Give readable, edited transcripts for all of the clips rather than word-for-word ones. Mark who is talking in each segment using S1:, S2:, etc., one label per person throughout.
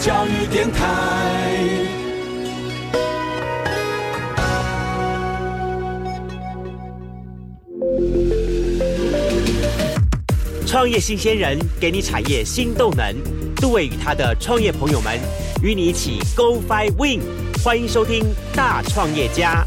S1: 教育电台。
S2: 创业新鲜人给你产业新动能，杜伟与他的创业朋友们与你一起 Go Fly Win。欢迎收听大创业家。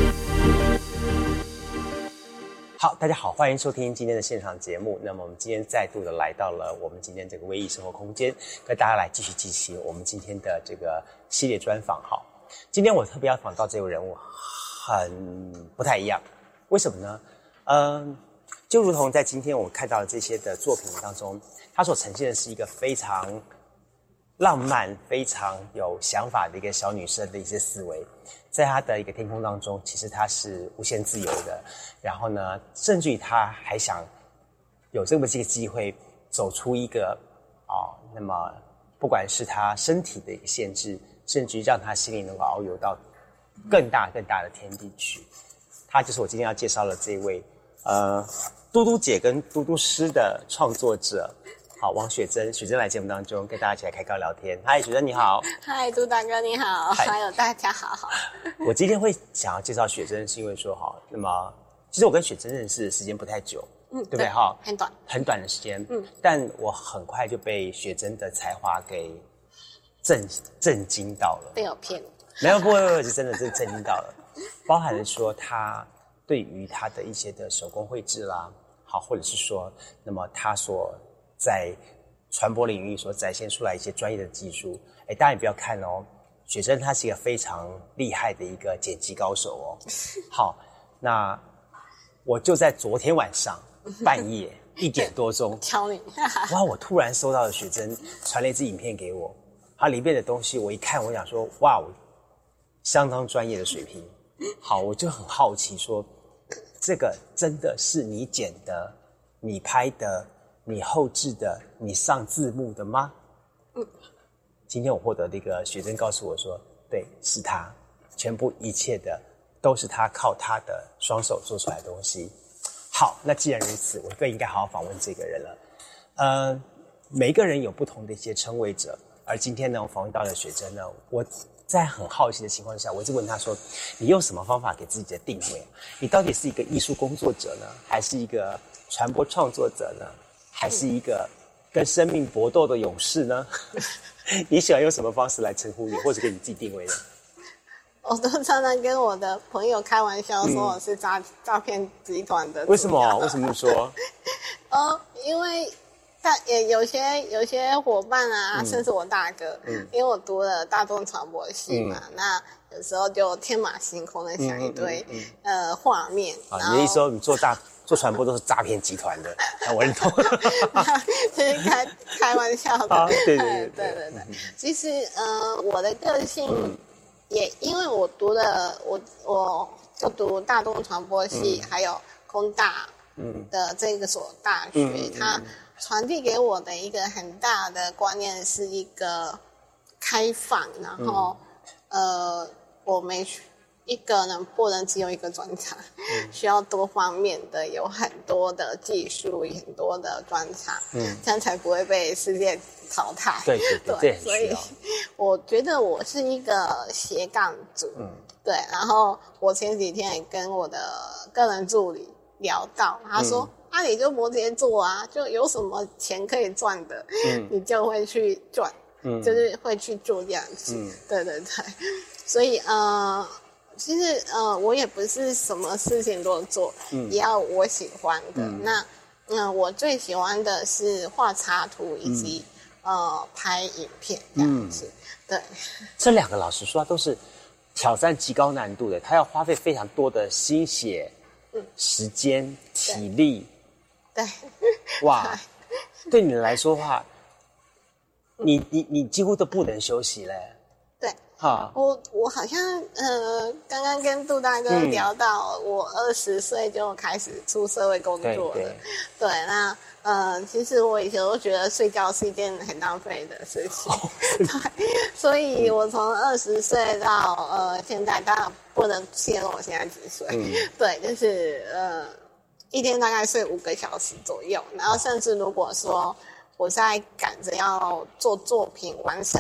S2: 好，大家好，欢迎收听今天的现场节目。那么我们今天再度的来到了我们今天这个微艺生活空间，跟大家来继续进行我们今天的这个系列专访。好，今天我特别要访到这位人物很不太一样，为什么呢？就如同在今天我看到的这些的作品当中，它所呈现的是一个非常浪漫、非常有想法的一个小女生的一些思维，在她的一个天空当中，其实她是无限自由的。然后呢，甚至于她还想有这么这个机会走出一个那么不管是她身体的一个限制，甚至于让她心里能够遨游到更大的天地去。她就是我今天要介绍的这一位嘟嘟姐跟嘟嘟诗的创作者，好，王雪珍。雪珍来节目当中跟大家一起来开高聊天。嗨，雪珍你好。
S3: 嗨，杜大哥你好，还有大家好。
S2: 我今天会想要介绍雪珍，是因为说那么其实我跟雪珍认识的时间不太久，对不对哈？很短的时间，但我很快就被雪珍的才华给震惊到了。
S3: 被我骗了？
S2: 没有，不，是真的是震惊到了，包含了说他对于他的一些的手工绘制啦，好，或者是说，那么他所在传播领域所展现出来一些专业的技术，大家也不要看哦，雪珍她是一个非常厉害的一个剪辑高手哦。好，那我就在昨天晚上半夜1点多钟，
S3: 敲你，
S2: 哇！我突然收到了雪珍传了一支影片给我，它里面的东西我一看，我想说，哇，相当专业的水平。好，我就很好奇说，这个真的是你剪的、你拍的、你后制的、你上字幕的吗？今天我获得这个雪珍告诉我说，对，是他，全部一切的都是他靠他的双手做出来的东西。好，那既然如此，我更应该好好访问这个人了。每一个人有不同的一些称谓者，而今天呢，我访问到了雪珍呢，我在很好奇的情况下，我就问他说，你用什么方法给自己的定位？你到底是一个艺术工作者呢，还是一个传播创作者呢，还是一个跟生命搏斗的勇士呢？你喜欢用什么方式来称呼你，或者给你自己定位呢？
S3: 我都常常跟我的朋友开玩笑说我是诈骗集团的。
S2: 为什么？为什么说？
S3: 因为有些伙伴啊，甚至我大哥，因为我读了大众传播系嘛，那有时候就天马行空的想一堆画面。
S2: 你的意思说你做传播都是诈骗集团的？我认同。
S3: 就是开玩笑的。
S2: 对。
S3: 其实我的个性也因为我读了我就读大众传播系，还有工大的这个所大学，它传递给我的一个很大的观念是一个开放，然后我们一个人不能只有一个专长，需要多方面的，有很多的技术，很多的专长，这样才不会被世界淘汰。
S2: 对，
S3: 所以我觉得我是一个斜杠族。对，然后我前几天也跟我的个人助理聊到，他说你就摩羯座啊，就有什么钱可以赚的，你就会去赚，就是会去做这样子。对，所以其实我也不是什么事情都做，也要我喜欢的。那我最喜欢的是画插图以及拍影片这样子。对，
S2: 这两个老实说都是挑战极高难度的，它要花费非常多的心血、时间、体力。
S3: 对，
S2: 哇，对你来说的话，你几乎都不能休息嘞。
S3: 对，我好像刚刚跟杜大哥聊到，我20岁就开始出社会工作了。对，那其实我以前都觉得睡觉是一件很浪费的事情。对，所以我从20岁到现在，当然不能泄露我现在几岁。对，就是一天大概睡5个小时左右，然后甚至如果说我在赶着要做作品完成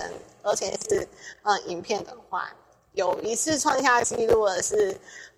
S3: 而且是影片的话，有一次创下纪录的是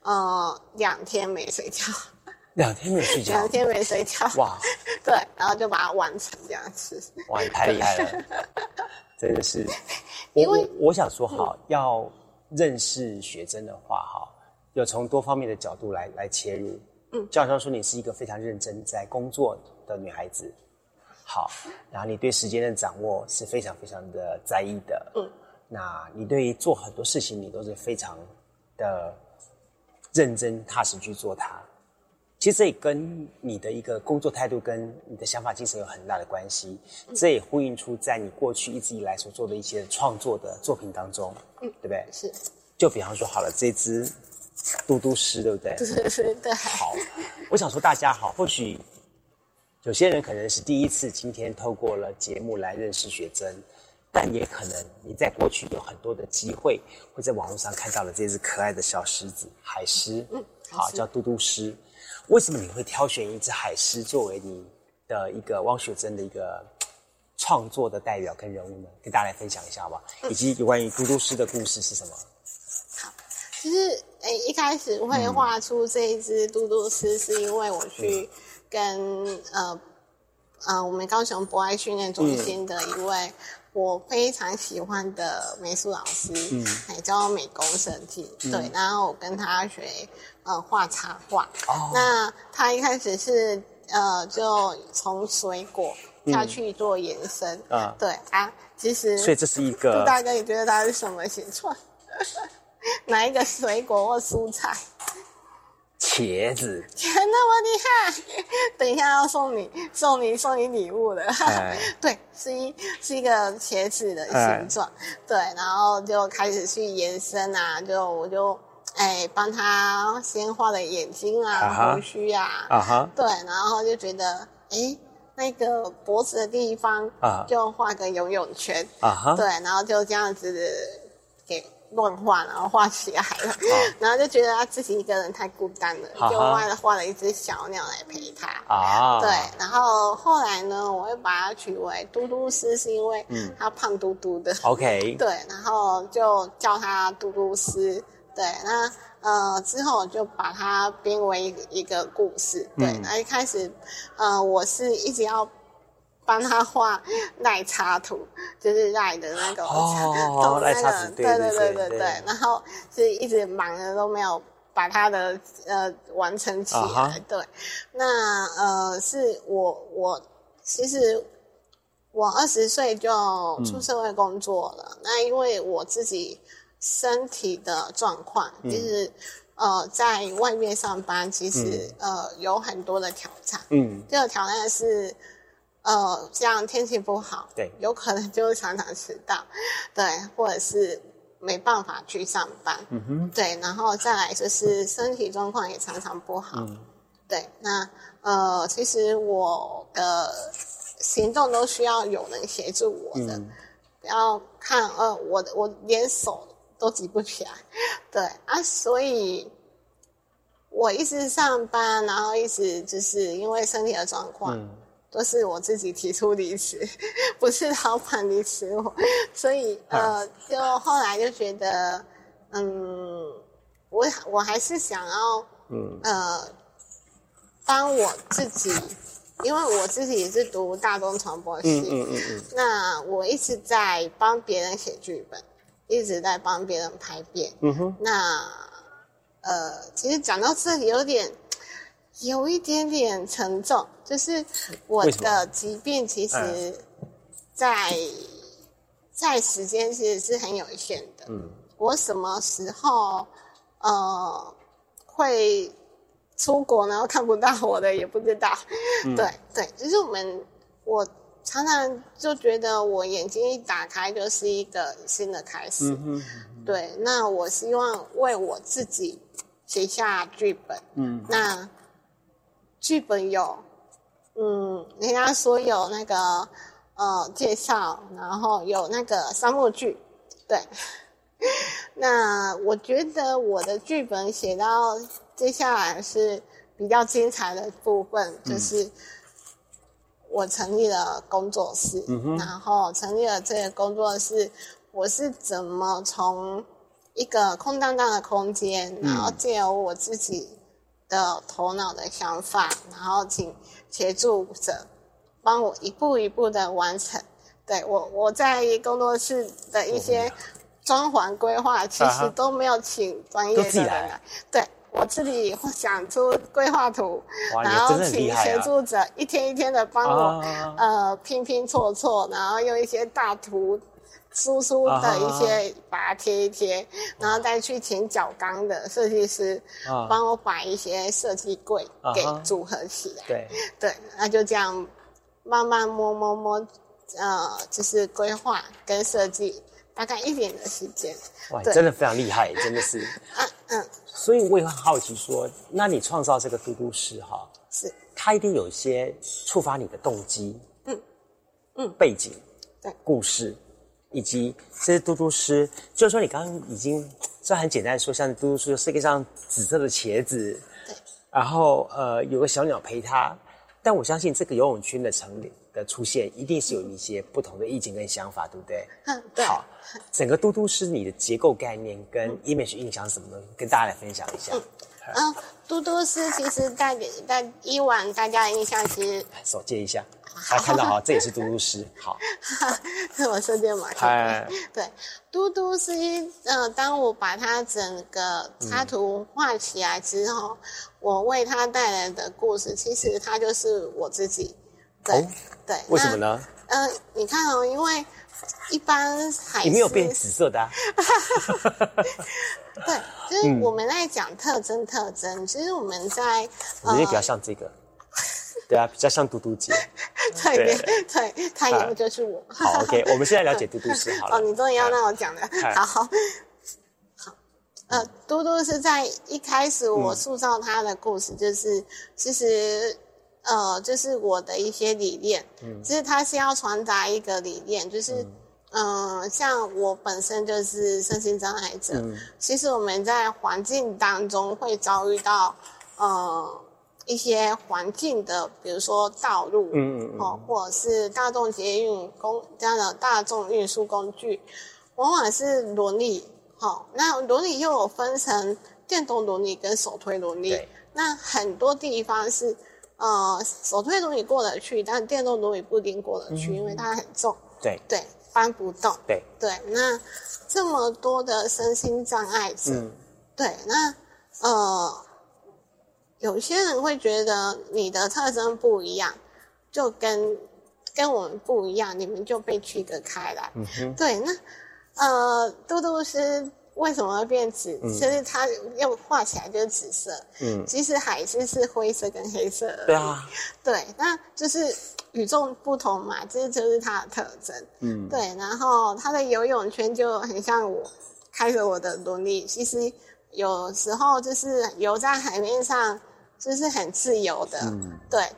S3: 2天没睡觉。
S2: 2天没睡觉
S3: ，2天没睡觉，
S2: 哇！
S3: 对，然后就把它完成这样子。
S2: 哇，你太厉害了，真的是。
S3: 因为
S2: 我想说要认识雪珍的话有从多方面的角度来切入。就好像说你是一个非常认真在工作的女孩子，好，然后你对时间的掌握是非常非常的在意的。那你对于做很多事情你都是非常的认真踏实去做它。其实这也跟你的一个工作态度跟你的想法精神有很大的关系，这也呼应出在你过去一直以来所做的一些创作的作品当中，对不对？
S3: 是。
S2: 就比方说好了，这只嘟嘟诗，对不对？
S3: 对。
S2: 好，我想说大家或许有些人可能是第一次今天透过了节目来认识雪珍，但也可能你在过去有很多的机会会在网络上看到了这只可爱的小狮子海狮，好，叫嘟嘟诗。为什么你会挑选一只海狮作为你的一个汪雪珍的一个创作的代表跟人物呢？跟大家来分享一下吧，以及有关于嘟嘟诗的故事是什么？
S3: 好，其实一开始会画出这一只嘟嘟诗，是因为我去跟我们高雄博爱训练中心的一位我非常喜欢的美术老师，叫美工设计，对，然后我跟他学画插画。那他一开始是就从水果下去做延伸，对啊，其实
S2: 所以这是一个，
S3: 大家也觉得它是什么形状？哪一个水果或蔬菜？
S2: 茄子，
S3: 那么厉害！等一下要送你礼物的，对，是一个茄子的形状，对，然后就开始去延伸啊，我就帮他先画了眼睛啊、胡须啊，对，然后就觉得那个脖子的地方就画个游泳圈，对，然后就这样子给乱画，然后画起来了，然后就觉得他自己一个人太孤单了，就画了一只小鸟来陪他。对，然后后来呢，我会把它取为嘟嘟诗，是因为他胖嘟嘟的。
S2: OK。
S3: 对，然后就叫他嘟嘟诗。对，那之后我就把它编为一个故事。对，那一开始我是一直要帮他画赖插图，就是赖的那个
S2: 赖插图，
S3: 对，然后是一直忙的都没有把它的完成起来。对，那是我其实我20岁就出社会工作了，那因为我自己身体的状况，就是在外面上班，其实有很多的挑战。这个挑战是像天气不好，
S2: 对，
S3: 有可能就常常迟到，对，或者是没办法去上班，对，然后再来就是身体状况也常常不好，对，那其实我的行动都需要有人协助我的，不要看我连手都举不起来，对啊，所以我一直上班，然后一直就是因为身体的状况。都是我自己提出离职，不是老板离职我，所以就后来就觉得，我还是想要帮我自己，因为我自己也是读大众传播系，那我一直在帮别人写剧本，一直在帮别人拍片，那其实讲到这里有一点点沉重，就是我的疾病其实在时间其实是很有限的。我什么时候会出国然后看不到我的也不知道。对，就是我常常就觉得我眼睛一打开就是一个新的开始。对，那我希望为我自己写下剧本。那剧本有，人家说有那个介绍，然后有那个3幕剧，对。那我觉得我的剧本写到接下来是比较精彩的部分，就是我成立了工作室，然后成立了这个工作室， 我是怎么从一个空荡荡的空间，然后借由我自己的头脑的想法，然后请协助者帮我一步一步的完成。对，我在工作室的一些装潢规划，其实都没有请专业的人来，对，我自己会想出规划图，然后请协助者一天一天的帮我拼拼凑凑，然后用一些大图输出的一些把它贴一贴，然后再去请角钢的设计师帮我把一些设计柜给组合起来。对，那就这样慢慢摸，就是规划跟设计。大概1年的时间，
S2: 哇，真的非常厉害，真的是。所以我也很好奇说，那你创造这个嘟嘟师哈，
S3: 是
S2: 它一定有一些触发你的动机，背景，
S3: 对，
S2: 故事，以及这些嘟嘟师，就是说你刚刚已经虽然很简单说，像嘟嘟师就是一个像紫色的茄子，
S3: 对，
S2: 然后有个小鸟陪它，但我相信这个游泳圈的成立的出现，一定是有一些不同的意见跟想法，对不对？
S3: 对。
S2: 好，整个嘟嘟师你的结构概念跟 image 印象是什么呢？跟大家来分享一下。
S3: 嘟嘟师其实在以往大家的印象其实
S2: 手借一下，大家看到好，这也是嘟嘟师。好，
S3: 是我设计的马克。对，嘟嘟师当我把它整个插图画起来之后，我为它带来的故事，其实它就是我自己。对，
S2: 为什么呢？
S3: 你看哦，因为一般海狮
S2: 你没有变紫色的啊。
S3: 对，就是我们在讲特征，其实我们在
S2: 你比较像这个，对啊，比较像嘟嘟姐。
S3: 对，他也不就是我。
S2: 好 ，OK， 我们现在了解嘟嘟师好了。
S3: 你终于要让我讲了，好。嘟嘟是在一开始我塑造他的故事，就是其实。就是我的一些理念，其实它是要传达一个理念，就是像我本身就是身心障碍者，其实我们在环境当中会遭遇到一些环境的，比如说道路，或者是大众捷运这样的大众运输工具，往往是轮椅，那轮椅又有分成电动轮椅跟手推轮椅，那很多地方是。手推轮椅过得去，但电动轮椅不一定过得去，因为它很重，对，搬不动，对。那这么多的身心障碍者，对，那有些人会觉得你的特征不一样，就跟我们不一样，你们就被区隔开来，对。那嘟嘟是。为什么会变紫？其实它又画起来就是紫色。其实海狮是灰色跟黑色而已。
S2: 对啊。
S3: 对，那就是与众不同嘛，这就是它的特征。对，然后它的游泳圈就很像我开着我的轮椅，其实有时候就是游在海面上，就是很自由的。对，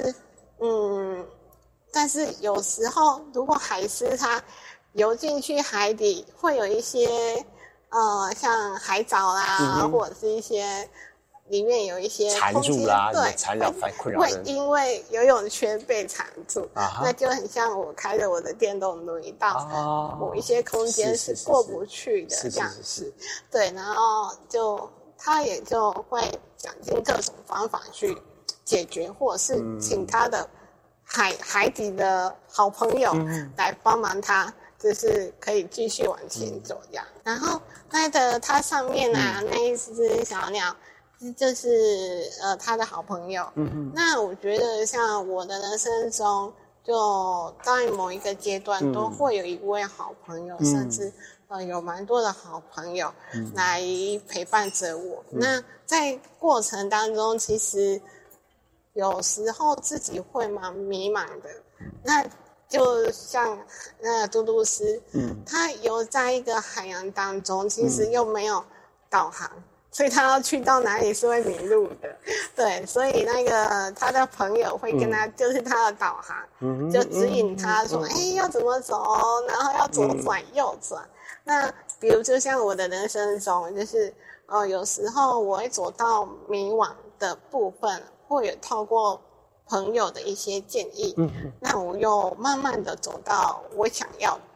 S3: 但是有时候如果海狮它游进去海底，会有一些。像海藻啦，或者是一些里面有一些
S2: 缠住啦，
S3: 对，
S2: 缠绕困扰
S3: 会因为游泳圈被缠住，那就很像我开着我的电动轮椅到某一些空间是过不去的这样子。对，然后他也就会想尽各种方法去解决，或者是请他的海底的好朋友来帮忙他。就是可以继续往前走这样，然后它上面那一只小鸟，就是他的好朋友。那我觉得像我的人生中，就在某一个阶段都会有一位好朋友，甚至有蛮多的好朋友来陪伴着我。那在过程当中，其实有时候自己会蛮迷茫的。那就像那个嘟嘟师，他游在一个海洋当中，其实又没有导航，所以他要去到哪里是会迷路的。对，所以那个他的朋友会跟他，就是他的导航，就指引他说，要怎么走，然后要左转右转。那比如就像我的人生中，就是有时候我会走到迷惘的部分，会有透过朋友的一些建议，那我又慢慢的走到我想要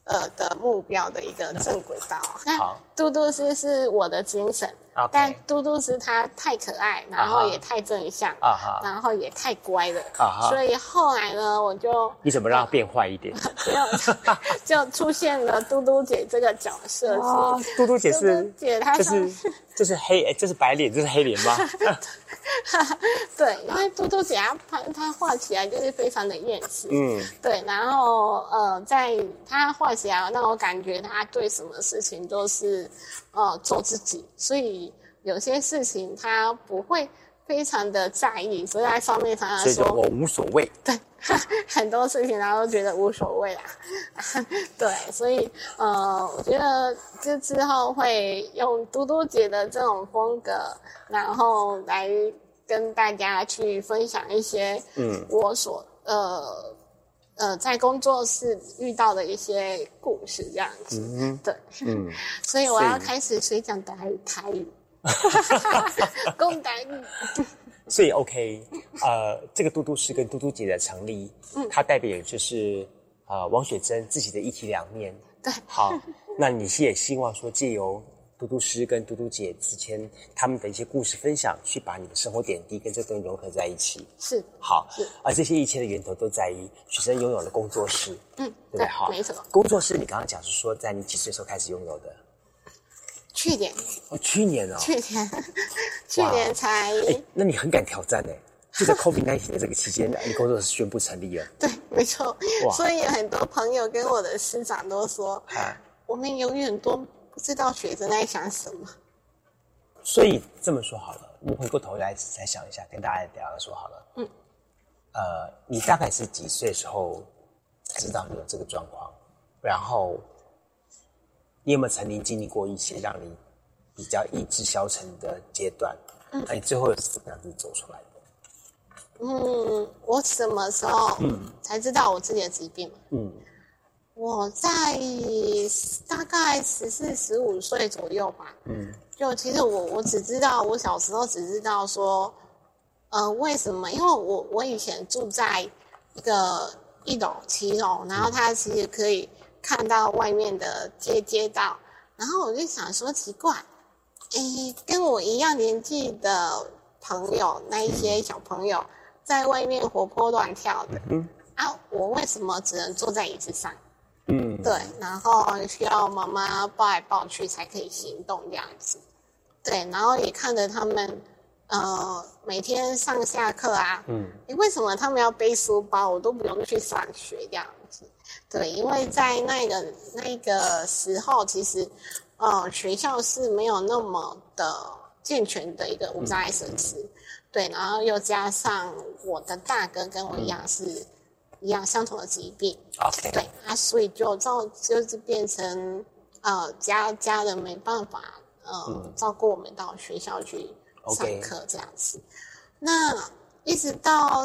S3: 的目标的一个正轨道。那
S2: 好
S3: 嘟嘟师是我的精神，
S2: OK
S3: 但嘟嘟师他太可爱，然后也太正向，然后也太乖了，所以后来呢，我就
S2: 你怎么让它变坏一点？
S3: 就出现了嘟嘟姐这个角色。
S2: 嘟嘟姐是
S3: 嘟嘟姐她
S2: 这是黑，这是白脸，这是黑脸吗？
S3: 对，因为嘟嘟姐她画起来就是非常的厌世，对，然后在她画起来让我感觉她对什么事情都是做自己，所以有些事情她不会非常的在意，所以在上面常常说
S2: 我无所谓，
S3: 对，很多事情她都觉得无所谓啦，对，所以我觉得这之后会用嘟嘟姐的这种风格，然后来跟大家去分享一些我所在工作室遇到的一些故事这样子，对，所以我要开始学讲台语，讲台语。
S2: 所以 OK， 这个嘟嘟师跟嘟嘟姐的成立，它代表就是王雪珍自己的一体两面。
S3: 对，
S2: 好，那你也希望说借由嘟嘟师跟嘟嘟姐之间他们的一些故事分享，去把你的生活点滴跟这东西融合在一起。
S3: 是，
S2: 好，
S3: 是，
S2: 而这些一切的源头都在于雪珍拥有了工作室，对不对？好，
S3: 没错。
S2: 工作室你刚刚讲是说在你几岁的时候开始拥有的？
S3: 去年。
S2: 去年哦。
S3: 去年才。
S2: 那你很敢挑战哎！就在 COVID-19 的这个期间，你工作室宣布成立了。
S3: 对，没错。所以很多朋友跟我的师长都说，我们永远都不知道学生在想什么。
S2: 所以这么说好了，我们回过头来再想一下，跟大家聊聊说好了。你大概是几岁的时候知道你有这个状况？然后你有没有曾经经历过一些让你比较意志消沉的阶段？那你最后是怎么样子走出来的？
S3: 我什么时候才知道我自己的疾病？我在大概14、15岁左右吧。就其实我只知道，我小时候只知道说，为什么？因为我以前住在一个1楼7楼，然后它其实可以看到外面的街道，然后我就想说奇怪，跟我一样年纪的朋友，那一些小朋友在外面活泼乱跳的，我为什么只能坐在椅子上？对，然后需要妈妈抱来抱去才可以行动这样子。对，然后也看着他们，每天上下课啊，为什么他们要背书包，我都不用去上学这样子？对，因为在那个时候，其实，学校是没有那么的健全的一个无障碍设施，对，然后又加上我的大哥跟我一样相同的疾病，对，所以就是变成家人没办法照顾我们到学校去上课这样子。那一直到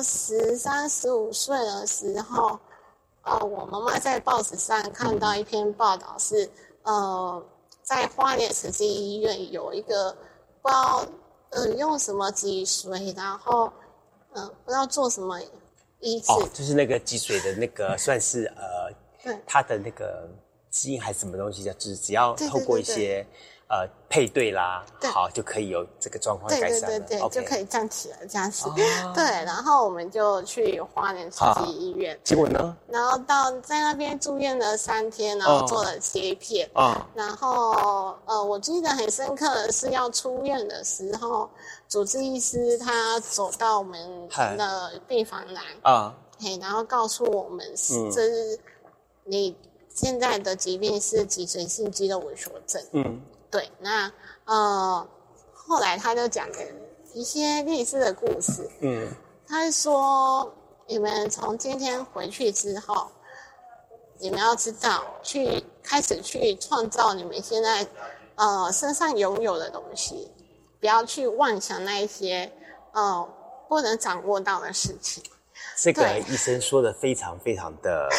S3: 13、15岁的时候，我妈妈在报纸上看到一篇报道是，在花莲慈济医院有一个不知道用什么脊髓，然后不知道做什么医治，
S2: 就是那个脊髓的那个算是
S3: 对，
S2: 它的那个基因还是什么东西，只要透过一些配对啦，好就可以有这个状况改善了，
S3: 对，就可以站起来这样子。对，然后我们就去花莲慈济医院，
S2: 结果呢？
S3: 然后在那边住院了3天，然后做了切片，然后我记得很深刻的是要出院的时候，主治医师他走到我们的病房来然后告诉我们这是你现在的疾病是脊髓性肌肉萎缩症。对，那后来他就讲了一些类似的故事。他说你们从今天回去之后，你们要知道开始去创造你们现在身上拥有的东西，不要去妄想那一些不能掌握到的事情。
S2: 这个医生说的非常非常的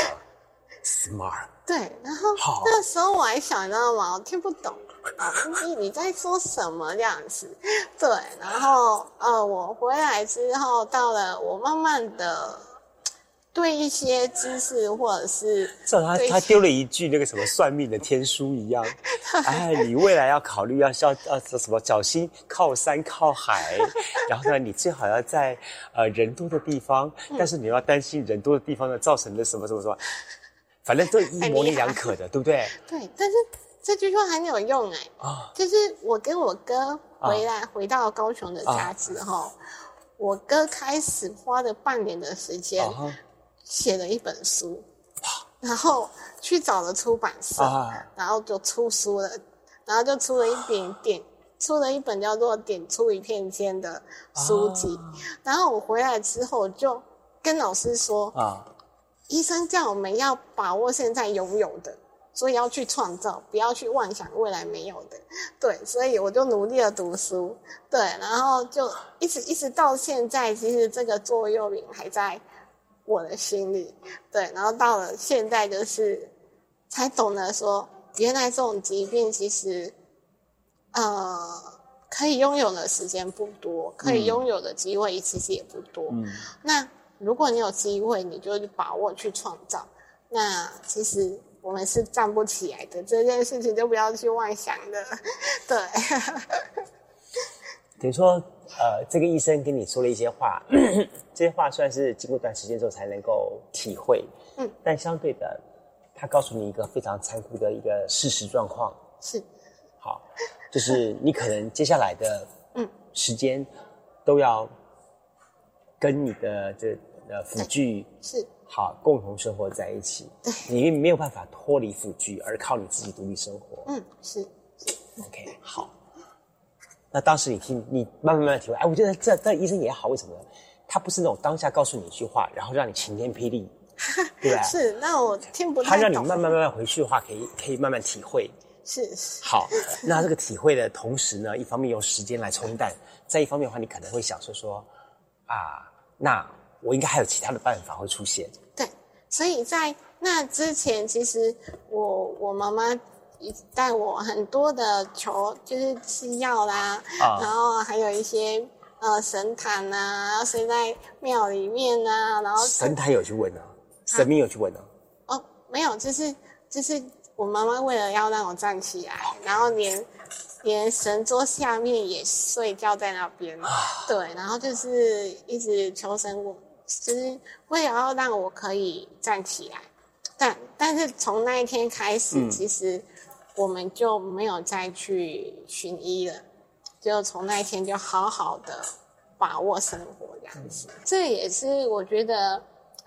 S2: smart。
S3: 对，然后那时候我还想，你知道吗？我听不懂。你在说什么这样子？对，然后我回来之后，到了我慢慢的对一些知识或者是
S2: 正好他丢了一句那个什么算命的天书一样，哎，你未来要考虑要什么小心靠山靠海，然后呢，你最好要在人多的地方，但是你要担心人多的地方呢造成的什么什么什么，反正都一模棱两可的，对不对？
S3: 对，但是这句话很有用就是我跟我哥回到高雄的家之后，我哥开始花了半年的时间。写了一本书，然后去找了出版社，然后就出书了，然后就出了出了一本叫做《点出一片天》的书籍。然后我回来之后就跟老师说，医生叫我们要把握现在拥有的，所以要去创造，不要去妄想未来没有的。对，所以我就努力的读书，对，然后就一直到现在，其实这个座右铭还在我的心里，对，然后到了现在就是才懂得说，原来这种疾病其实，可以拥有的时间不多，可以拥有的机会其实也不多。那如果你有机会，你就把握去创造。那其实我们是站不起来的，这件事情就不要去妄想的，对。
S2: 等于说，这个医生跟你说了一些话，这些话算是经过一段时间之后才能够体会，但相对的，他告诉你一个非常残酷的一个事实状况，
S3: 是，
S2: 好，就是你可能接下来的时间都要跟你的辅具
S3: 是
S2: 好共同生活在一起，
S3: 对，
S2: 你没有办法脱离辅具而靠你自己独立生活，
S3: 是
S2: ，OK， 好。那当时你慢慢体会，我觉得这医生也好，为什么呢？他不是那种当下告诉你一句话，然后让你晴天霹雳，对吧？
S3: 是，那我听不太懂。
S2: 他让你慢慢回去的话，可以慢慢体会。
S3: 是。
S2: 好，那这个体会的同时呢，一方面用时间来冲淡，再一方面的话，你可能会想说那我应该还有其他的办法会出现。
S3: 对，所以在那之前，其实我妈妈带我很多的就是吃药啦，然后还有一些神坛啊，然后睡在庙里面啊，然后
S2: 神坛有去问神明有去问
S3: 没有，就是我妈妈为了要让我站起来，然后连神桌下面也睡觉在那边，对，然后就是一直求神就是为了要让我可以站起来，但是从那一天开始，其实我们就没有再去寻医了，就从那一天就好好的把握生活这样子。这也是我觉得，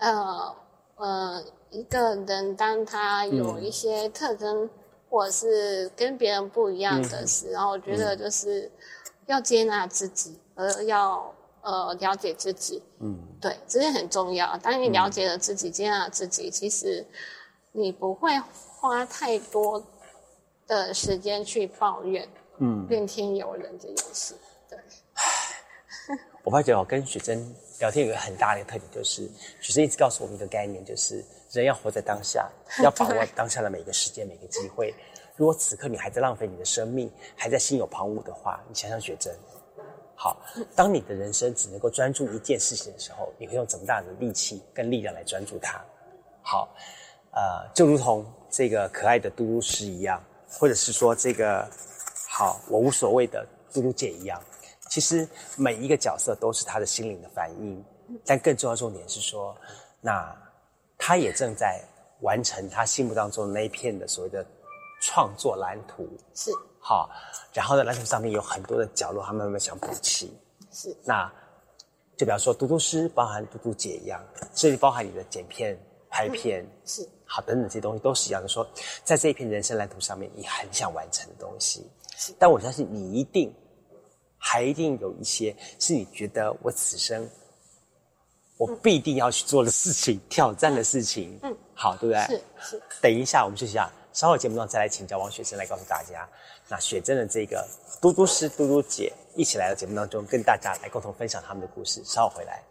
S3: 一个人当他有一些特征，或者是跟别人不一样的时候，我觉得就是要接纳自己，要了解自己。对，这是很重要。当你了解了自己，接纳自己，其实你不会花太多的时间去抱怨，怨天尤人这件事。对，
S2: 我发觉跟雪珍聊天有一个很大的特点，就是雪珍一直告诉我们一个概念，就是人要活在当下，要把握当下的每个时间、每个机会。如果此刻你还在浪费你的生命，还在心有旁骛的话，你想想雪珍。好，当你的人生只能够专注一件事情的时候，你会用怎么大的力气跟力量来专注它？好，就如同这个可爱的嘟嘟师一样，或者是说这个好我无所谓的嘟嘟姐一样，其实每一个角色都是他的心灵的反应，但更重要的重点是说，那他也正在完成他心目当中的那一片的所谓的创作蓝图。
S3: 是。
S2: 好，然后呢，蓝图上面有很多的角落，他慢慢想补齐。
S3: 是。
S2: 那就比方说，嘟嘟师包含嘟嘟姐一样，甚至包含你的剪片、拍片，
S3: 是。好，
S2: 等等这些东西都是一样的。说，在这一片人生蓝图上面，你很想完成的东西，但我相信你一定有一些是你觉得我此生我必定要去做的事情，挑战的事情。好，对不对？
S3: 是。等
S2: 一下，我们休息一下。稍后节目中再来请教王雪珍来告诉大家，那雪珍的这个嘟嘟师、嘟嘟姐一起来到节目当中，跟大家来共同分享他们的故事。稍后回来。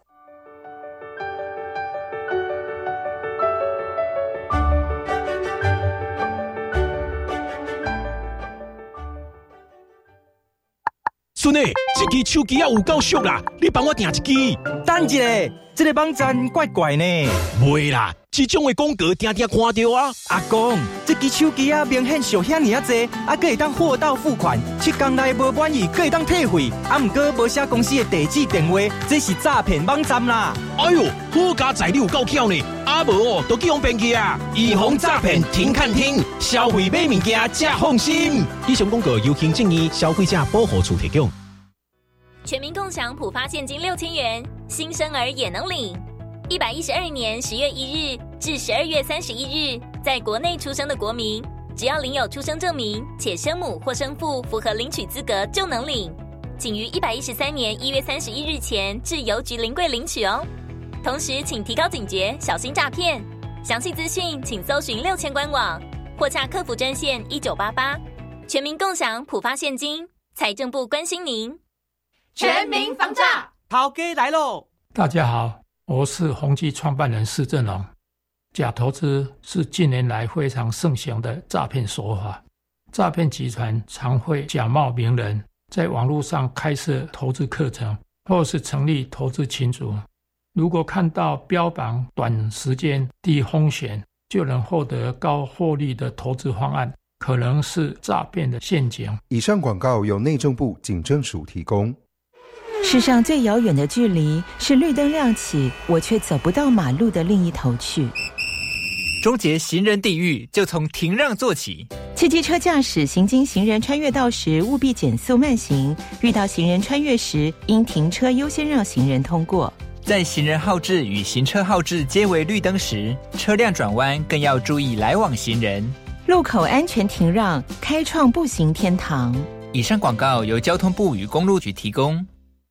S1: 孙诶，这支手机啊有够俗啦，你帮我订一支。
S4: 等一下，这个网站怪怪呢。
S1: 袂啦，这种的广告定定看到啊。
S4: 阿公，这支手机啊明显俗遐尔啊济，还可以当货到付款，7天内无满意可以当退费，毋过无写公司的地址电话，这是诈骗网站啦。
S1: 哎呦，好家在你有够巧呢，啊无哦，都去用骗去啊！预防诈骗，停看听，消费买物件才放心。以上广告由行政院消费者保护处提供。
S5: 全民共享普发现金6000元，新生儿也能领。112年10月1日至12月31日，在国内出生的国民，只要领有出生证明，且生母或生父符合领取资格就能领，请于113年1月31日前至邮局临柜领取哦。同时，请提高警觉，小心诈骗。详细资讯请搜寻6000官网或洽客服专线1988。全民共享普发现金，财政部关心您。
S6: 全民防诈，
S4: 头家来喽！
S7: 大家好，我是宏基创办人施正荣。假投资是近年来非常盛行的诈骗手法，诈骗集团常会假冒名人，在网络上开设投资课程，或是成立投资群组。如果看到标榜短时间低风险就能获得高获利的投资方案，可能是诈骗的陷阱。
S8: 以上广告由内政部警政署提供。
S9: 世上最遥远的距离是绿灯亮起，我却走不到马路的另一头去。
S4: 终结行人地狱，就从停让做起。
S9: 汽机车驾驶行经行人穿越道时，务必减速慢行；遇到行人穿越时，应停车优先让行人通过。
S4: 在行人号志与行车号志皆为绿灯时，车辆转弯更要注意来往行人。
S9: 路口安全停让，开创步行天堂。
S4: 以上广告由交通部与公路局提供。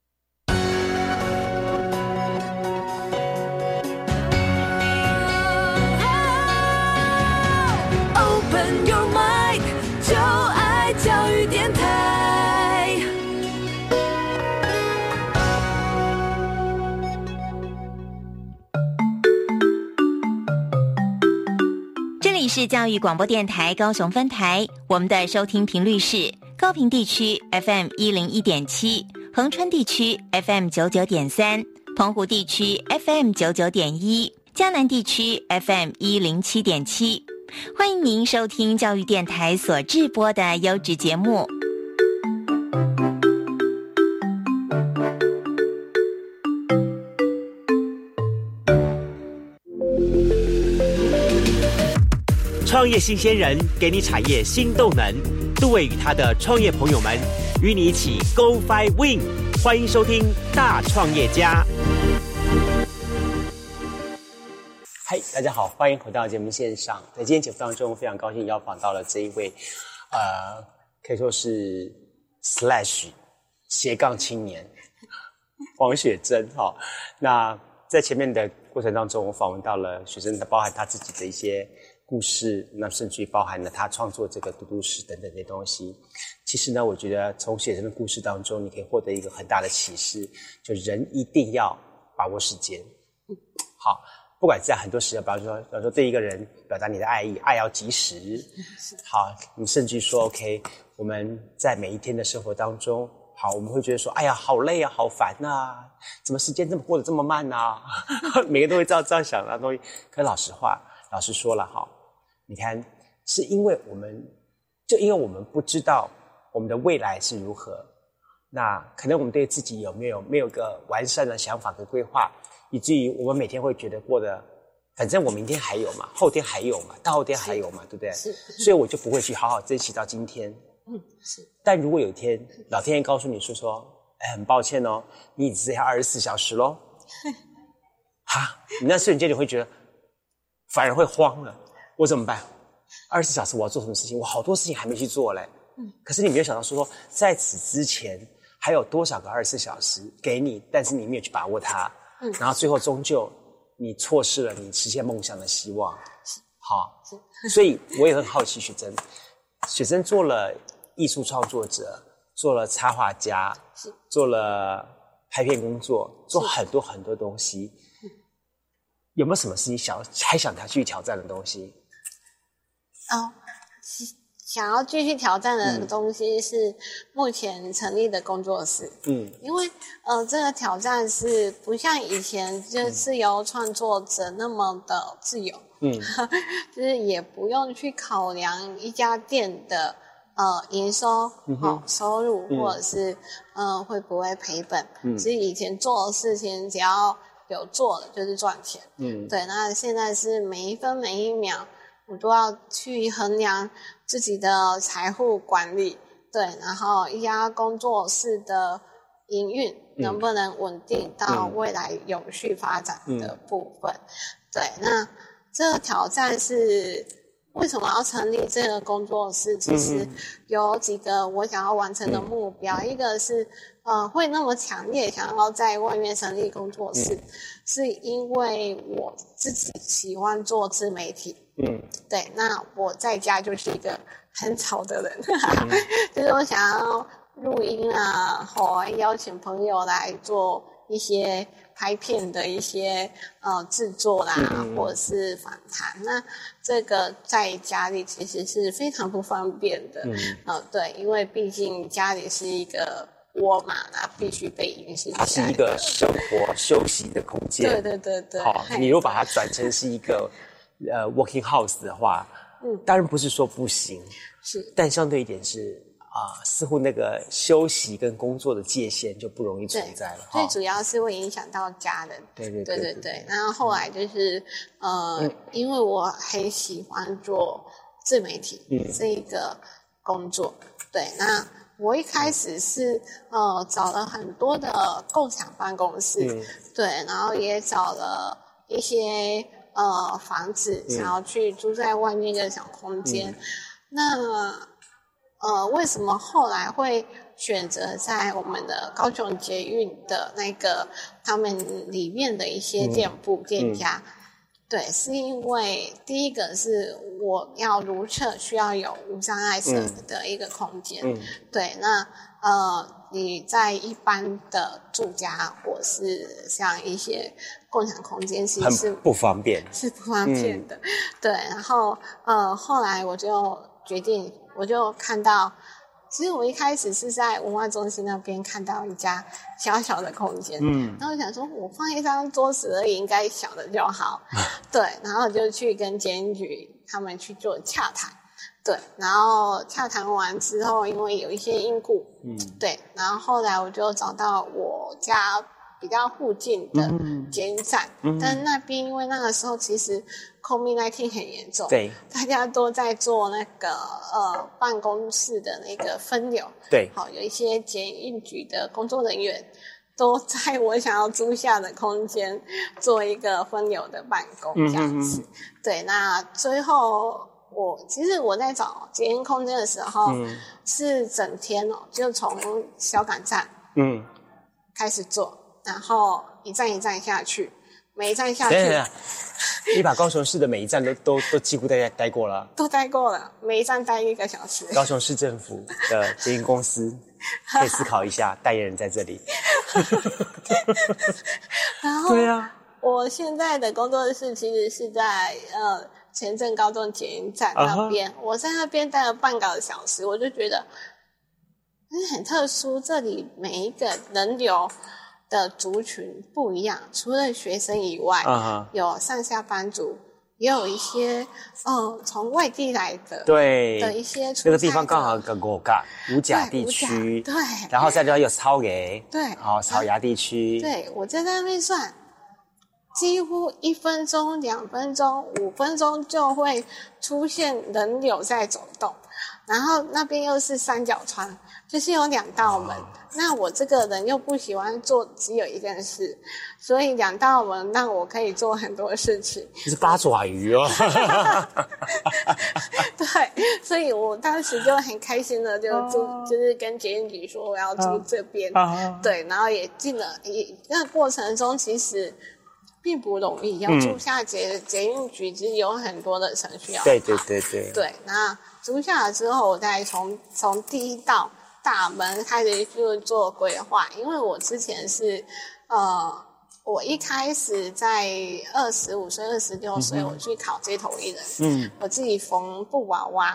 S5: 是教育广播电台高雄分台，我们的收听频率是高屏地区 FM101.7， 恒春地区 FM99.3， 澎湖地区 FM99.1， 嘉南地区 FM107.7。欢迎您收听教育电台所制播的优质节目。
S2: 创业新鲜人给你产业新动能，杜伟与他的创业朋友们与你一起 Go Fly Win， 欢迎收听大创业家。嗨，大家好，欢迎回到节目线上。在今天节目当中，非常高兴邀访到了这一位，可以说是 斜杠青年黄雪珍哈。那在前面的过程当中，我访问到了雪珍，包含他自己的一些故事，那甚至于包含了他创作这个读读史等等这些东西。其实呢，我觉得从雪珍的故事当中，你可以获得一个很大的启示，就人一定要把握时间。好，不管在很多时候，比方说对一个人表达你的爱意，爱要及时。好，你甚至于说 OK， 我们在每一天的生活当中，好，我们会觉得说，哎呀，好累啊，好烦啊，怎么时间这么过得这么慢啊？每个人都会这样想的东西。可老实话，老实说了哈，你看，是因为我们不知道我们的未来是如何，那可能我们对自己没有个完善的想法跟规划，以至于我们每天会觉得过得，反正我明天还有嘛，后天还有嘛，大后天还有嘛，对不对？是，所以我就不会去好好珍惜到今天。是。但如果有一天老天爷告诉你说，很抱歉哦，你只剩下24小时咯，哈，你那瞬间你会觉得反而会慌了，我怎么办？24小时我要做什么事情？我好多事情还没去做嘞。可是你没有想到说，在此之前还有多少个24小时给你，但是你没有去把握它，然后最后终究你错失了你实现梦想的希望。好，所以我也很好奇雪珍做了艺术创作者，做了插画家，做了拍片工作，做很多很多东西。有没有什么是你还想去挑战的东西？
S3: 想要继续挑战的东西是目前成立的工作室。因为这个挑战是不像以前就自由创作者那么的自由。就是也不用去考量一家店的营收、收入，或者是会不会赔本。其实以前做的事情只要有做的就是赚钱。对，那现在是每一分每一秒我都要去衡量自己的财务管理，对，然后一家工作室的营运能不能稳定到未来永续发展的部分。对，那这个挑战是为什么要成立这个工作室？其实有几个我想要完成的目标，一个是会那么强烈想要在外面成立工作室，是因为我自己喜欢做自媒体。对，那我在家就是一个很吵的人，就是我想要录音啊，或邀请朋友来做一些拍片的一些制作啦，或者是访谈。那这个在家里其实是非常不方便的。对，因为毕竟家里是一个窝嘛，那必须被允许。
S2: 它是一个生活休息的空间。
S3: 对。
S2: 好，你如果把它转成是一个working house 的话，当然不是说不行，
S3: 是，
S2: 但相对一点是似乎那个休息跟工作的界限就不容易存在了。
S3: 最主要是会影响到家人。对。然后后来就是因为我很喜欢做自媒体这一个工作。对，那我一开始是找了很多的共享办公室。对，然后也找了一些房子，想要去租在外面的小空间。那为什么后来会选择在我们的高雄捷运的那个他们里面的一些店家？对，是因为第一个是我要如厕需要有无障碍设的一个空间。对，那你在一般的住家或是像一些共享空间其实是
S2: 不方便，
S3: 是不方便的。对，然后后来我就决定，我就看到，其实我一开始是在文化中心那边看到一家小小的空间，然后我想说我放一张桌子而已，应该小的就好。对，然后就去跟检验局他们去做洽谈。对，然后洽谈完之后，因为有一些因故，对，然后后来我就找到我家比较附近的捷运站，但那边因为那个时候其实 COVID-19 很严重，
S2: 对，
S3: 大家都在做那个办公室的那个分流，
S2: 对，
S3: 好，有一些捷运局的工作人员都在我想要租下的空间做一个分流的办公这样子。对，那最后其实我在找捷运空间的时候，是整天就从小港站开始做，然后一站一站下去，每一站下去，
S2: 你把高雄市的每一站都几乎待过了，
S3: 都待过了，每一站待1个小时。
S2: 高雄市政府的捷运公司可以思考一下，代言人在这里。
S3: 然后，对啊，我现在的工作室其实是在前镇高中捷运站那边，我在那边待了半个小时，我就觉得很特殊，这里每一个人流的族群不一样，除了学生以外，有上下班族，也有一些从外地来的，
S2: 对
S3: 的一些
S2: 那个地方刚好有个五甲地区，
S3: 对，
S2: 然后再就有草原，
S3: 对，
S2: 草衙地区，
S3: 对，我在那边算。几乎1分钟、2分钟、5分钟就会出现人流在走动，然后那边又是三角窗，就是有2道门。那我这个人又不喜欢做只有一件事，所以2道门让我可以做很多事情。
S2: 你是八爪鱼哦。
S3: 对，所以我当时就很开心的就是跟捷运局说我要住这边，对，然后也进了，那过程中其实并不容易，要租下捷运局其实有很多的程序要跑。对，那租下来之后，我再从第一道大门开始就做规划，因为我之前是我一开始在25岁、26岁，我去考街头艺人，我自己缝布娃娃，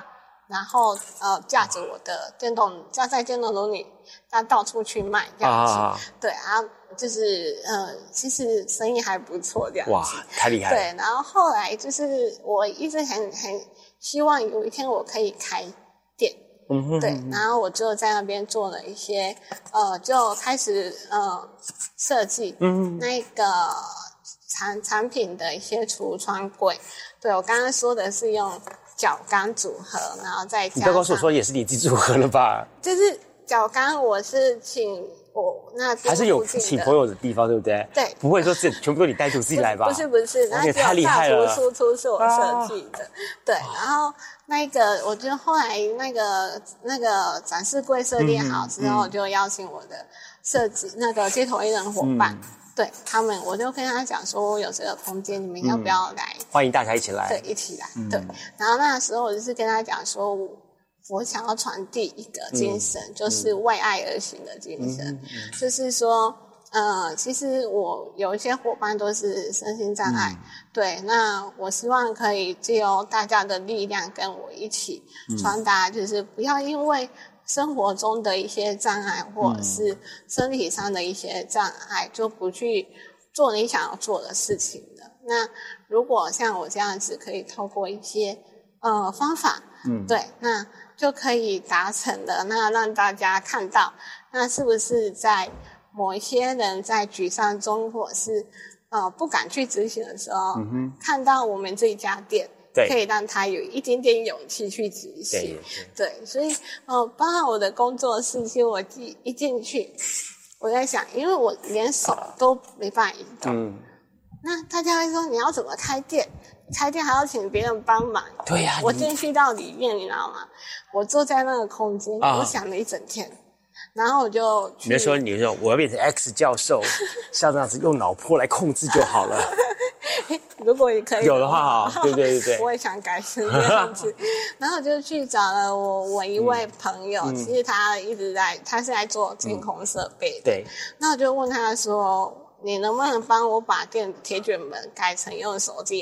S3: 然后架着我的架在电动轮里，他到处去卖这样子。对啊，就是其实生意还不错这样子。
S2: 哇，太厉害了。
S3: 对，然后后来就是我一直很希望有一天我可以开店。对，然后我就在那边做了一些就开始设计那个产品的一些橱窗柜。对，我刚刚说的是用角钢组合，然后再加上，
S2: 你不要告诉我说也是你自己组合了吧？
S3: 就是角钢，我是请我那
S2: 还是有请朋友的地方，对不对？
S3: 对，
S2: 不会说全部都你带组自己来吧？
S3: 不是，那
S2: 太厉害了，
S3: 大图输出是我设计的。对，然后那个我觉得后来那个展示柜设定好之后，就邀请我的设计那个街头艺人伙伴。对他们，我就跟他讲说，我有这个空间，你们要不要来？
S2: 欢迎大家一起来。
S3: 对，一起来。对，然后那时候我就是跟他讲说，我想要传递一个精神，就是为爱而行的精神。就是说，其实我有一些伙伴都是身心障碍，对，那我希望可以借由大家的力量跟我一起传达，就是不要因为生活中的一些障碍，或者是身体上的一些障碍，就不去做你想要做的事情的。那如果像我这样子，可以透过一些方法，对，那就可以达成的。那让大家看到，那是不是在某一些人在沮丧中，或者是不敢去执行的时候，看到我们这一家店。可以让他有一点点勇气去执行，对，所以包含我的工作室，其实我一进去，我在想，因为我连手都没办法移动，那大家会说你要怎么开店？开店还要请别人帮忙，
S2: 对呀，
S3: 我进去到里面，你知道吗？我坐在那个空间，我想了一整天。然后我就
S2: 你就说我要变成 X 教授，像这样子用脑波来控制就好了。
S3: 如果也可以
S2: 有的话，对，
S3: 我也想改成这样子。然后就去找了我一位朋友，其实他他是在做监控设备的。对。那我就问他说：“你能不能帮我把电子铁卷门改成用手机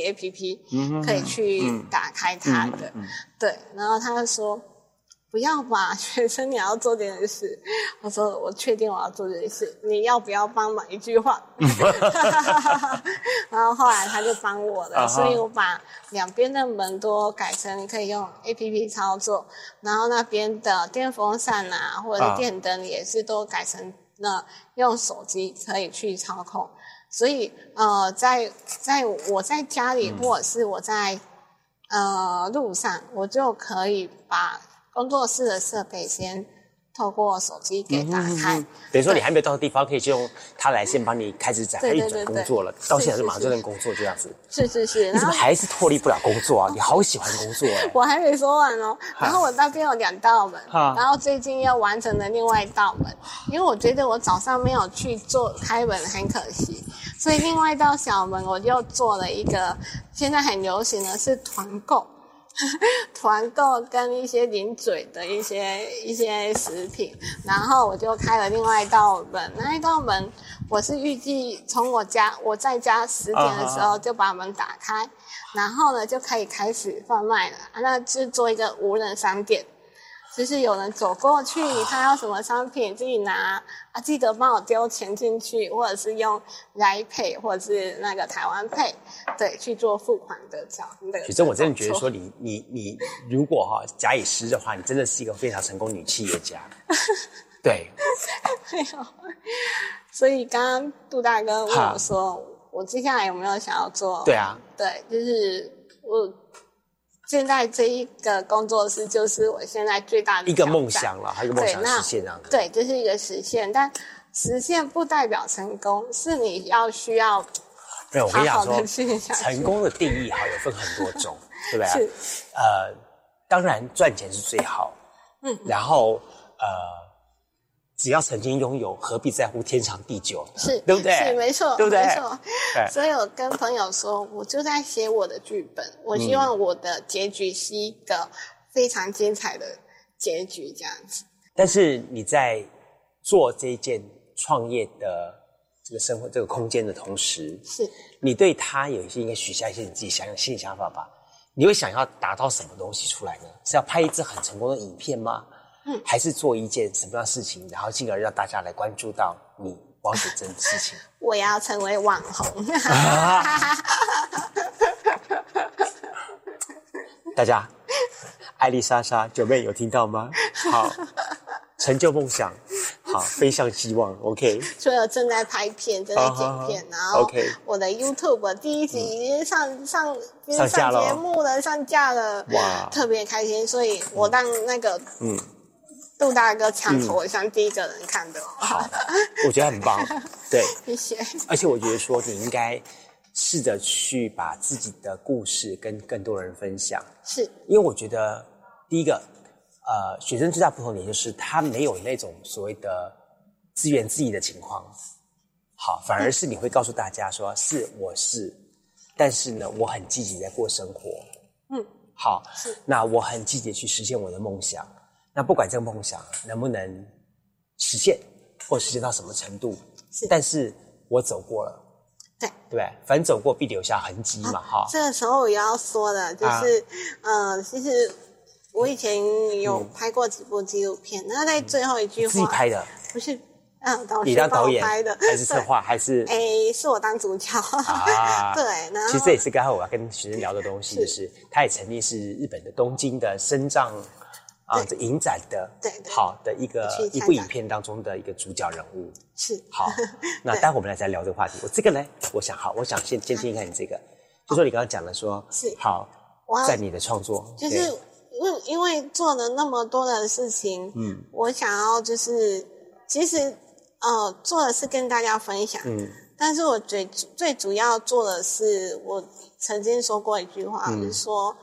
S3: APP 可以去打开它的？”对。然后他就说：“不要吧，学生你要做这件事。”我说：“我确定我要做这件事，你要不要帮忙？一句话。”然后后来他就帮我了，所以我把两边的门都改成你可以用 APP 操作，然后那边的电风扇啊或者是电灯也是都改成用手机可以去操控。所以在我在家里或者是我在路上，我就可以把工作室的设备先透过手机给打开，
S2: 等于说你还没有到的地方，可以就用它来先帮你开始展开运转工作了。到现在就马上就能工作这样子。
S3: 是。
S2: 你怎么还是脱离不了工作啊？你好喜欢工作哎！
S3: 我还没说完哦。然后我那边有2道门，然后最近要完成的另外1道门，因为我觉得我早上没有去做开门很可惜，所以另外1道小门我就做了一个现在很流行的是团购。团购跟一些零嘴的一些食品，然后我就开了另外1道门。那1道门我是预计从我在家10点的时候就把门打开，然后呢就可以开始贩卖了。那就做一个无人商店，就是有人走过去，他要什么商品自己拿记得帮我丢钱进去，或者是用来Pay或者是那个台湾Pay，对，去做付款的这样的。
S2: 许真，我真的觉得说你如果假以时日的话，你真的是一个非常成功女企业家。对，
S3: 没有。所以刚刚杜大哥问我说，我接下来有没有想要做？
S2: 对啊，
S3: 对，就是我。现在这一个工作室就是我现在最大的
S2: 一个梦想了，还有一个梦想实现这样子。
S3: 对，这是一个实现，但实现不代表成功，是你需要
S2: 我跟你讲说，
S3: 说
S2: 成功的定义有分很多种，对不对？当然赚钱是最好，然后只要曾经拥有，何必在乎天长地久呢？
S3: 是，
S2: 对不对？
S3: 是，没错，
S2: 对不对？
S3: 没错。所以我跟朋友说，我就在写我的剧本，我希望我的结局是一个非常精彩的结局，这样子。
S2: 但是你在做这一件创业的这个生活、这个空间的同时，
S3: 是你
S2: 对他有一些应该许下一些你自己心里想法吧？ 你会想要达到什么东西出来呢？是要拍一支很成功的影片吗？还是做一件什么样的事情，然后进而让大家来关注到你王雪珍的事情？
S3: 我要成为网红。
S2: 大家，艾丽莎莎九妹有听到吗？好，成就梦想，好，飞向希望。OK。
S3: 所以我正在拍片，正在剪片，然后我的 YouTube 第一集已经上节目了，上架了，哇，特别开心。所以我让那个杜大哥抢头像第一个人看的。
S2: 好，我觉得很棒，对，
S3: 谢谢。
S2: 而且我觉得说你应该试着去把自己的故事跟更多人分享，
S3: 是
S2: 因为我觉得第一个，学生最大不同点就是他没有那种所谓的自怨自艾的情况，好，反而是你会告诉大家说，我是，但是呢，我很积极在过生活，好，那我很积极去实现我的梦想，那不管这个梦想能不能实现，或实现到什么程度，但是我走过了。对不对？反正走过必留下痕迹嘛，哈。
S3: 这个时候我也要说的，就是，其实我以前有拍过几部纪录片，那在最后一句话，
S2: 自己拍的，
S3: 不是，
S2: 你当导演
S3: 拍的，
S2: 还是策划，还是？
S3: 是我当主角。对，然后
S2: 其实这也是刚才我要跟学生聊的东西，就是他也曾经是日本的东京的身障这影展的，对，好的一部影片当中的一个主角人物。
S3: 是
S2: 好，那待会我们来再聊这个话题。我这个呢，我想先听听看你这个，就说你刚刚讲的说，是好，在你的创作，
S3: 就是因为做了那么多的事情，我想要就是其实做的是跟大家分享，但是我最主要做的是，我曾经说过一句话，就是说，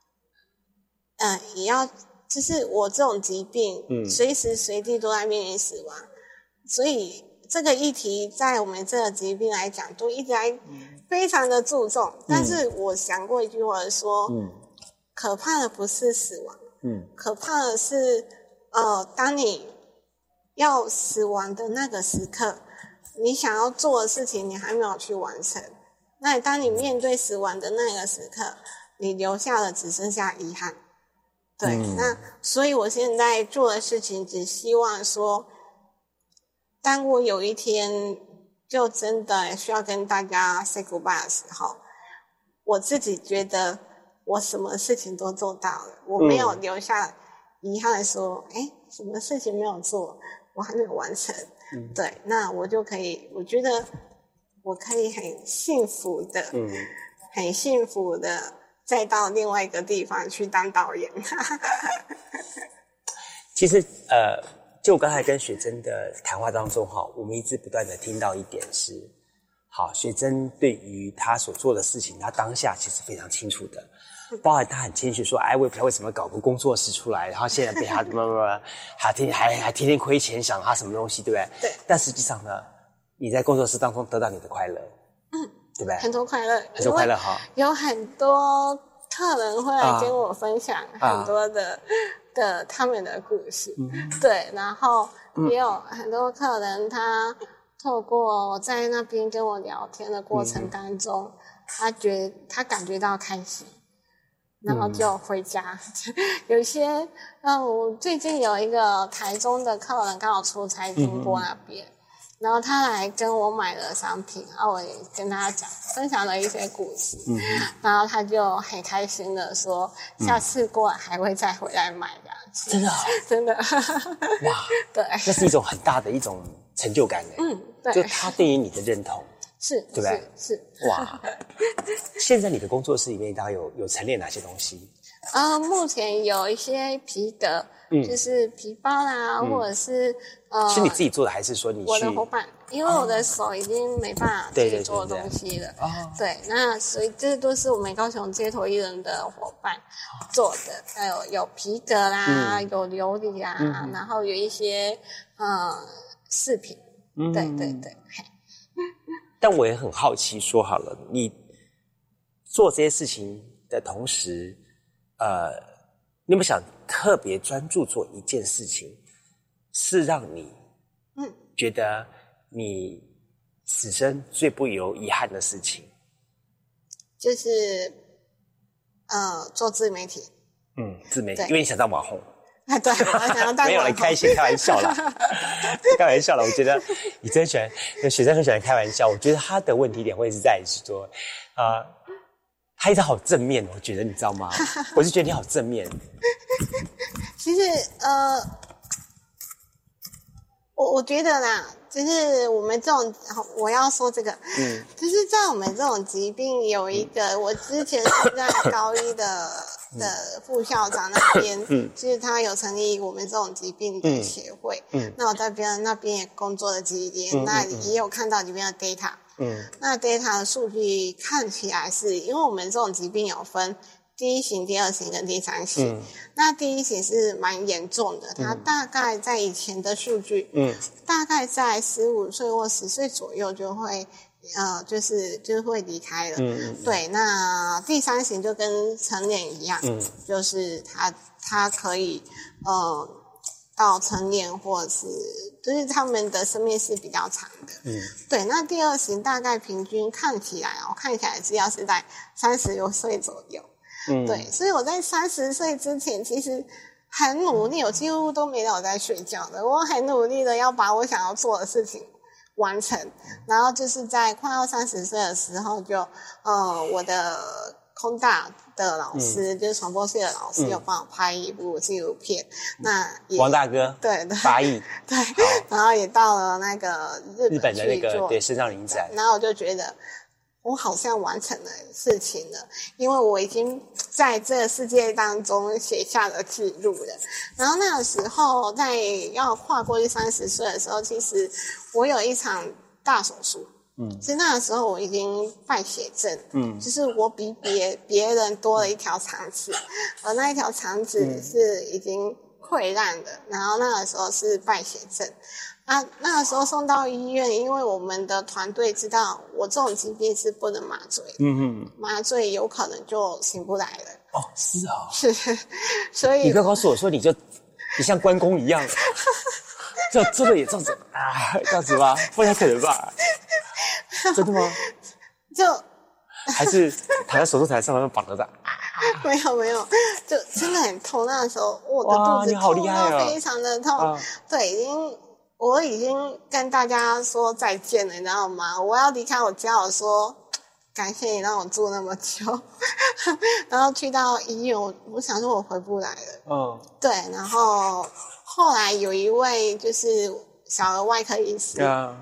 S3: 也要就是我这种疾病，随时随地都在面临死亡。所以这个议题在我们这个疾病来讲，都一直在非常的注重。但是我想过一句话说，可怕的不是死亡，可怕的是，当你要死亡的那个时刻，你想要做的事情你还没有去完成。那当你面对死亡的那个时刻，你留下的只剩下遗憾。对，那所以我现在做的事情，只希望说，当我有一天就真的需要跟大家 say goodbye 的时候，我自己觉得我什么事情都做到了，我没有留下遗憾说，什么事情没有做，我还没有完成。对，那我就可以，我觉得我可以很幸福的，很幸福的再到另外一个地方去当导演。
S2: 其实就我刚才跟雪珍的谈话当中我们一直不断的听到一点是，好，雪珍对于她所做的事情，她当下其实非常清楚的，包含她很谦虚说，我也不知道为什么搞个工作室出来，然后现在被她还天天亏钱，想她什么东西，对不对？对。但实际上呢，你在工作室当中得到你的快乐，对不对？
S3: 很多快乐，
S2: 很多快乐哈。
S3: 有很多客人会来跟我分享很多的他们的故事，对，然后也有很多客人他透过我在那边跟我聊天的过程当中，他感觉到开心，然后就回家。有些我最近有一个台中的客人刚好出差经过那边，然后他来跟我买了商品，然后我也跟他分享了一些故事，然后他就很开心的说，下次过来还会再回来买这样子。真的真的。
S2: 哇，对，那是一种很大的一种成就感对，就他对于你的认同，
S3: 是，
S2: 对不对？是。哇，现在你的工作室里面大概有陈列哪些东西？
S3: 目前有一些皮革，就是皮包啦，或者是
S2: 是你自己做的，还是说你去？
S3: 我的伙伴，因为我的手已经没办法自己做东西了。对，那所以这都是我们高雄街头艺人的伙伴做的，还有皮革啦，有琉璃啦，然后有一些饰品。对对对。
S2: 但我也很好奇，说好了，你做这些事情的同时，你有没有想特别专注做一件事情，是让你觉得你此生最不留遗憾的事情？
S3: 就是做自媒体。
S2: 自媒体，因为你想当网红。
S3: 对，我想要当
S2: 没有人开心，开玩笑啦，开玩笑啦。我觉得你真喜欢，学生很喜欢开玩笑。我觉得他的问题点会是在于说，他一直好正面，我觉得你知道吗？我是觉得你好正面。
S3: 其实我觉得啦，就是我们这种，我要说这个，就是在我们这种疾病有一个，我之前是在高一的副校长那边，就是他有成立我们这种疾病的协会，那我在那边也工作了几年，那也有看到里面的 data，那 data 的数据看起来是，因为我们这种疾病有分第一型、第二型跟第三型，那第一型是蛮严重的，它大概在以前的数据，大概在15岁或10岁左右就会就是会离开了，对。那第三型就跟成年一样，就是他可以到成年或者是就是他们的生命是比较长的，对。那第二型大概平均看起来资料是在36岁左右，对。所以我在30岁之前其实很努力，我几乎都没有在睡觉的，我很努力的要把我想要做的事情完成，然后就是在快要30岁的时候就我的空大的老师，就是传播系的老师有帮我拍一部纪录片，那也
S2: 王大哥
S3: 对
S2: 8亿
S3: 对，然后也到了那个日本
S2: 的那个对身上影展，
S3: 然后我就觉得我好像完成了事情了，因为我已经在这个世界当中写下了记录了。然后那个时候在要跨过去30岁的时候，其实我有一场大手术，其实那个时候我已经败血症，就是我比别人多了一条肠子，而那一条肠子是已经溃烂的，然后那个时候是败血症。那个时候送到医院，因为我们的团队知道我这种疾病是不能麻醉，麻醉有可能就醒不来了。
S2: 哦，是哦，
S3: 是，所以
S2: 你不要告诉我说你像关公一样，这真的也这样子啊，这样子吗？不太可能吧？真的吗？
S3: 就
S2: 还是躺在手术台上面绑着的？
S3: 没有，就真的很痛。那个时候我的肚子痛到非常的痛，对，我已经跟大家说再见了，你知道吗？我要离开我家，我说感谢你让我住那么久，然后去到医院，我想说我回不来了，对。然后后来有一位就是小儿外科医师，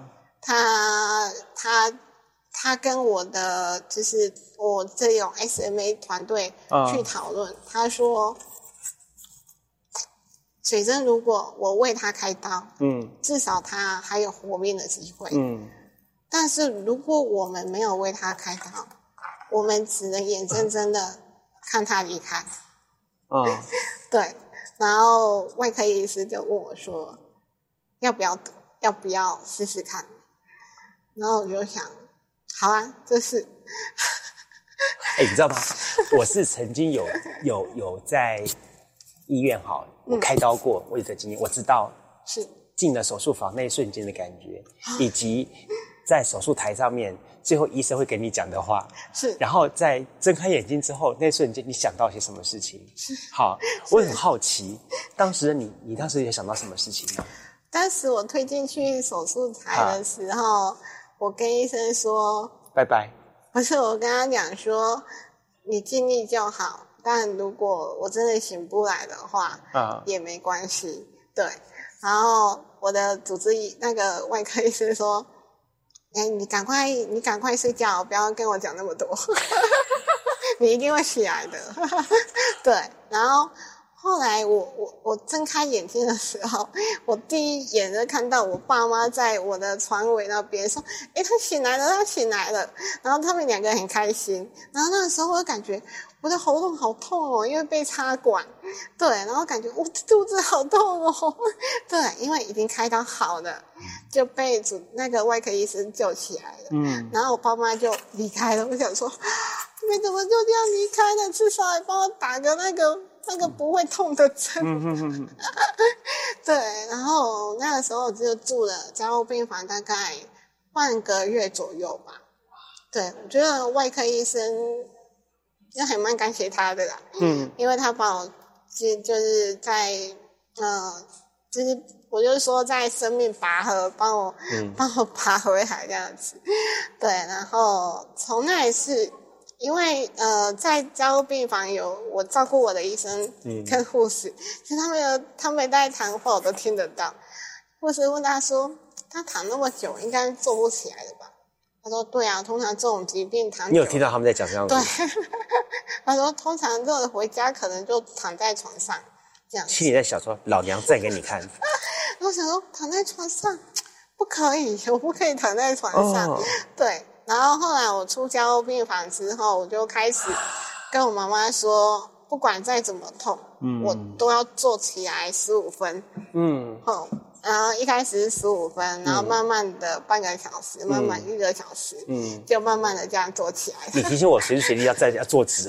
S3: 他跟我的就是我这种 SMA 团队去讨论，他说水珍如果我为他开刀，至少他还有活命的机会，但是如果我们没有为他开刀，我们只能眼睁睁的看他离开，对。然后外科医师就问我说要不要试试看，然后我就想好啊，就是
S2: 你知道吗？我是曾经有在医院我开刀过，我有这经验，我知道
S3: 是
S2: 进了手术房那一瞬间的感觉，以及在手术台上面最后医生会给你讲的话，
S3: 是，
S2: 然后在睁开眼睛之后那一瞬间你想到些什么事情？好，我很好奇，当时你当时也想到什么事情呢？
S3: 当时我推进去手术台的时候，我跟医生说
S2: 拜拜，
S3: 不是，我跟他讲说你尽力就好，但如果我真的醒不来的话，也没关系，对。然后我的主治那个外科医生说，你赶快睡觉，不要跟我讲那么多，你一定会起来的，对。然后后来我睁开眼睛的时候，我第一眼就看到我爸妈在我的床尾那边说，他醒来了，他醒来了。然后他们两个很开心。然后那个时候我就感觉我的喉咙好痛哦，因为被插管。对，然后感觉我的肚子好痛哦。对，因为已经开刀好了，就被那个外科医生救起来了。然后我爸妈就离开了。我想说，你们怎么就这样离开了？至少还帮我打个那个不会痛的针。对，然后那个时候就住了加护病房大概半个月左右吧。对，我觉得外科医生就还蛮感谢他的啦。因为他把我就是在就是我就是说在生命拔河帮我拔回来这样子。对，然后从那一次，因为在加护病房有我照顾我的医生跟护士，其实他们在谈话我都听得到。护士问他说，他躺那么久应该坐不起来了吧？他说对啊，通常这种疾病躺久，
S2: 你有听到他们在讲这样子？
S3: 对，他说通常这种回家可能就躺在床上这样子。
S2: 心里在想说，老娘站给你看。
S3: 我想说躺在床上不可以，我不可以躺在床上。对，然后后来我出加护病房之后，我就开始跟我妈妈说，不管再怎么痛，我都要坐起来15分。然后一开始是15分，然后慢慢的半个小时，慢慢1个小时，就慢慢的这样做起来。
S2: 你提醒我随时随地要坐直。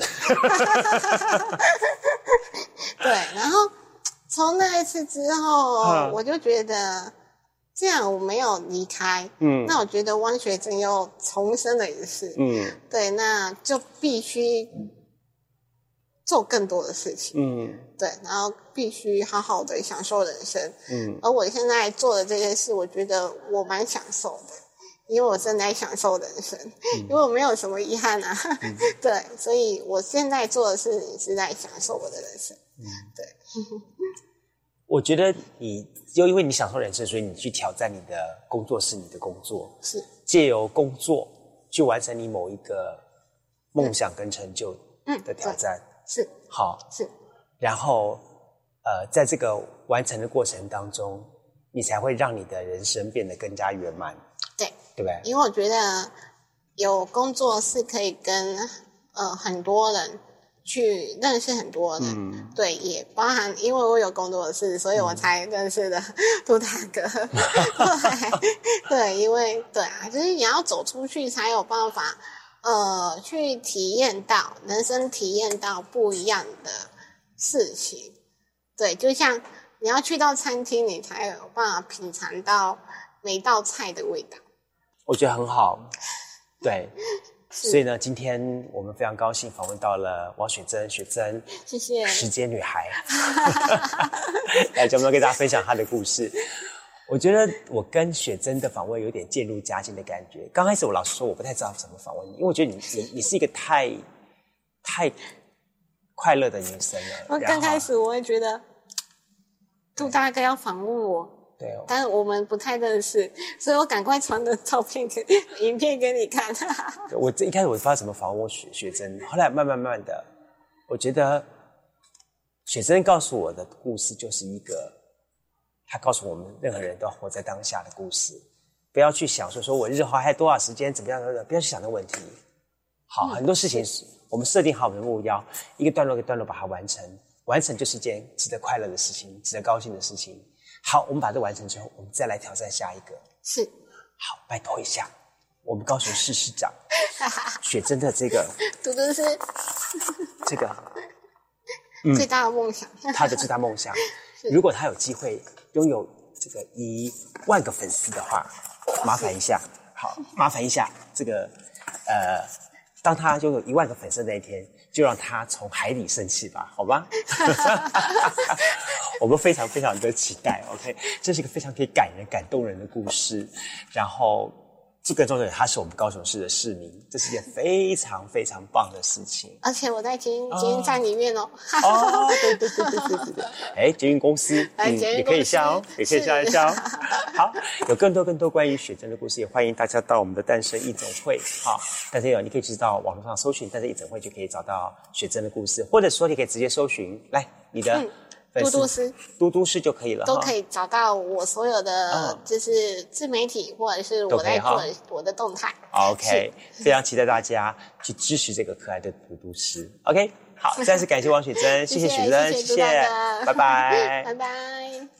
S3: 对，然后从那一次之后，我就觉得，既然我没有离开，那我觉得汪学珍又重生了一次，对，那就必须做更多的事情，对，然后必须好好的享受人生，而我现在做的这件事，我觉得我蛮享受的，因为我正在享受人生，因为我没有什么遗憾啊，对，所以我现在做的事情是在享受我的人生，对。
S2: 我觉得就因为你享受人生，所以你去挑战你的工作是你的工作，是借由工作去完成你某一个梦想跟成就的挑战，是好是，然后在这个完成的过程当中，你才会让你的人生变得更加圆满，对不对？因为我觉得有工作是可以跟很多人去认识很多人，对，也包含因为我有工作室，所以我才认识了杜大哥。对，因为对啊，就是你要走出去才有办法，去体验到人生，体验到不一样的事情。对，就像你要去到餐厅，你才有办法品尝到每道菜的味道。我觉得很好，对。所以呢，今天我们非常高兴访问到了王雪珍，雪珍，谢谢，时间女孩，来，我们跟大家分享她的故事。我觉得我跟雪珍的访问有点渐入佳境的感觉。刚开始我老实说，我不太知道怎么访问你，因为我觉得你是一个太快乐的女生了。刚开始我也觉得杜大哥要访问我。对哦，但是我们不太认识，所以我赶快传的照片影片给你看。我一开始我不知道怎么访问雪珍，后来慢慢的，我觉得雪珍告诉我的故事就是一个，她告诉我们任何人都要活在当下的故事，不要去想说我日后还有多少时间怎么样的，不要去想那个问题。好，很多事情我们设定好我们的目标，一个段落一个段落把它完成，完成就是一件值得快乐的事情，值得高兴的事情。好，我们把这完成之后，我们再来挑战下一个。是，好，拜托一下，我们高雄市市长雪珍的这个，嘟嘟是这个最大的梦想，他的最大梦想。如果他有机会拥有这个1万个粉丝的话，麻烦一下，好，麻烦一下这个当他拥有1万个粉丝那一天，就让他从海里升起吧，好吗？我们非常非常的期待 ，OK， 这是一个非常可以感人、感动人的故事。然后，这个重点，他是我们高雄市的市民，这是一件非常非常棒的事情。而且我在捷运站里面哦。哦，对，哎，捷运公司，也可以下哦，也可以下一下哦。好，有更多关于雪珍的故事，也欢迎大家到我们的诞生义诊会。好，但是你可以知道网络上搜寻诞生义诊会，就可以找到雪珍的故事，或者说你可以直接搜寻来你的。嘟嘟师就可以了，都可以找到我所有的就是自媒体或者是我在做我的动态。OK， 非常期待大家去支持这个可爱的嘟嘟师。OK， 好，再次感谢王雪珍，谢谢雪珍，谢谢，拜拜，拜拜。